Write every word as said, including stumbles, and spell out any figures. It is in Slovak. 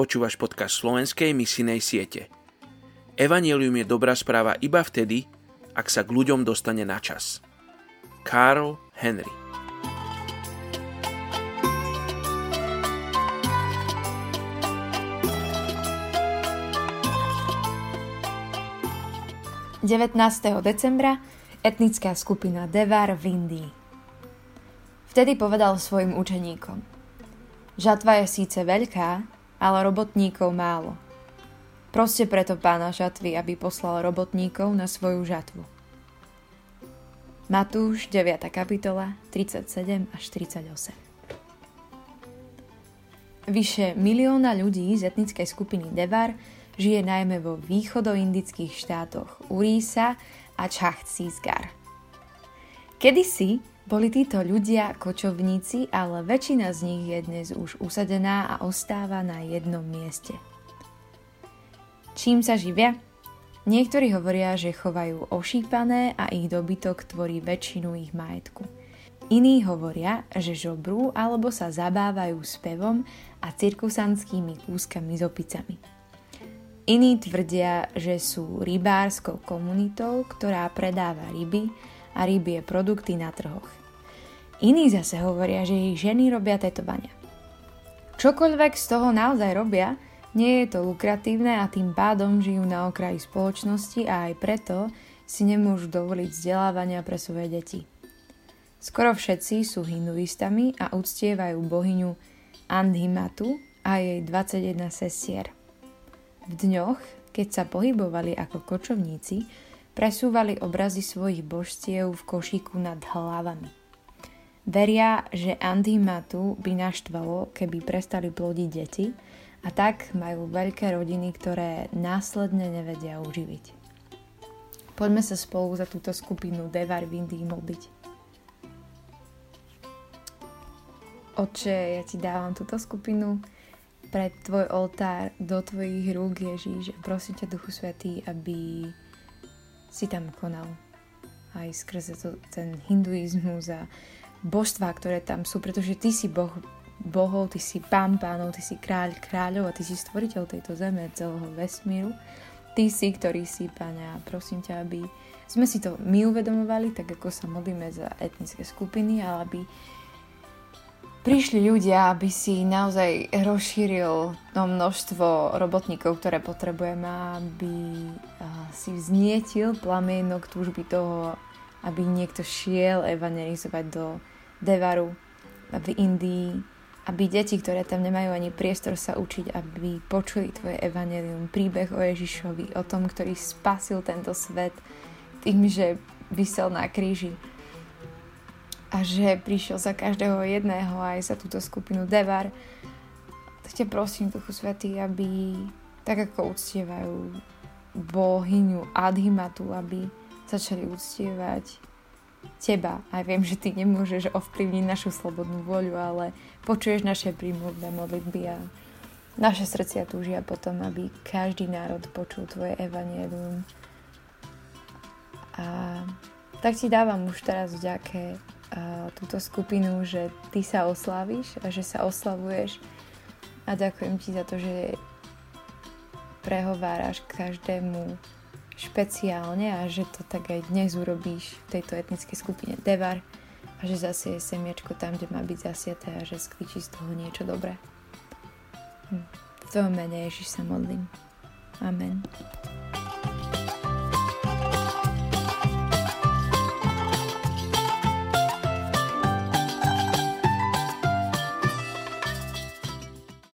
Počúvaš podcast Slovenskej misijnej siete. Evanjelium je dobrá správa iba vtedy, ak sa k ľuďom dostane na čas. Carl Henry. devätnásteho decembra etnická skupina Devar v Indii. Vtedy povedal svojim učeníkom: Žatva je síce veľká, ale robotníkov málo. Proste preto pána žatvy, aby poslal robotníkov na svoju žatvu. Matúš deviata kapitola tridsaťsedem až tridsaťosem. Vyše milióna ľudí z etnickej skupiny Devar žije najmä vo východoindických štátoch Urísa a Chhattisgarh. Kedysi boli títo ľudia kočovníci, ale väčšina z nich je dnes už usadená a ostáva na jednom mieste. Čím sa živia? Niektorí hovoria, že chovajú ošípané a ich dobytok tvorí väčšinu ich majetku. Iní hovoria, že žobrú alebo sa zabávajú spevom a cirkusantskými kúskami s opicami. Iní tvrdia, že sú rybárskou komunitou, ktorá predáva ryby a rybie produkty na trhoch. Iní zase hovoria, že ich ženy robia tetovania. Čokoľvek z toho naozaj robia, nie je to lukratívne a tým pádom žijú na okraji spoločnosti a aj preto si nemôžu dovoliť vzdelávania pre svoje deti. Skoro všetci sú hinduistami a uctievajú bohyňu Andhimatu a jej dvadsaťjeden sestier. V dňoch, keď sa pohybovali ako kočovníci, presúvali obrazy svojich božstiev v košíku nad hlavami. Veria, že Andhimatu by naštvalo, keby prestali plodiť deti, a tak majú veľké rodiny, ktoré následne nevedia uživiť. Poďme sa spolu za túto skupinu Devar v Indii modliť. Otče, ja ti dávam túto skupinu pred tvoj oltár, do tvojich rúk, Ježíš, a prosím ťa, Duchu Svätý, aby si tam konal. Aj skrze to, ten hinduizmus a božstvá, ktoré tam sú, pretože ty si Boh bohov, ty si pán pánov, ty si kráľ kráľov a ty si stvoriteľ tejto zeme, celého vesmíru. Ty si, ktorý si, Páňa, prosím ťa, aby sme si to my uvedomovali, tak ako sa modlíme za etnické skupiny, ale aby prišli ľudia, aby si naozaj rozšíril to množstvo robotníkov, ktoré potrebujeme, aby si vznietil plamienok túžby toho, aby niekto šiel evangelizovať do Devaru v Indii, aby deti, ktoré tam nemajú ani priestor sa učiť, aby počuli tvoje evanjelium, príbeh o Ježišovi, o tom, ktorý spasil tento svet tým, že visel na kríži a že prišiel za každého jedného aj za túto skupinu Devar. Tak ťa prosím, Duchu Svätý, aby tak ako uctievajú bohyňu Andhimatu, aby začali uctievať teba. A viem, že ty nemôžeš ovplyvniť našu slobodnú voľu, ale počuješ naše prímluvné modlitby a naše srdcia túžia potom, aby každý národ počul tvoje evanjelium. A tak ti dávam už teraz vďake túto skupinu, že ty sa osláviš a že sa oslavuješ, a ďakujem ti za to, že prehováraš každému špeciálne a že to tak aj dnes urobíš v tejto etnickej skupine Devar a že zasieje semiečko tam, kde má byť zasiaté a že skvičí z toho niečo dobré. V tvojom mene, Ježiš, sa modlím. Amen.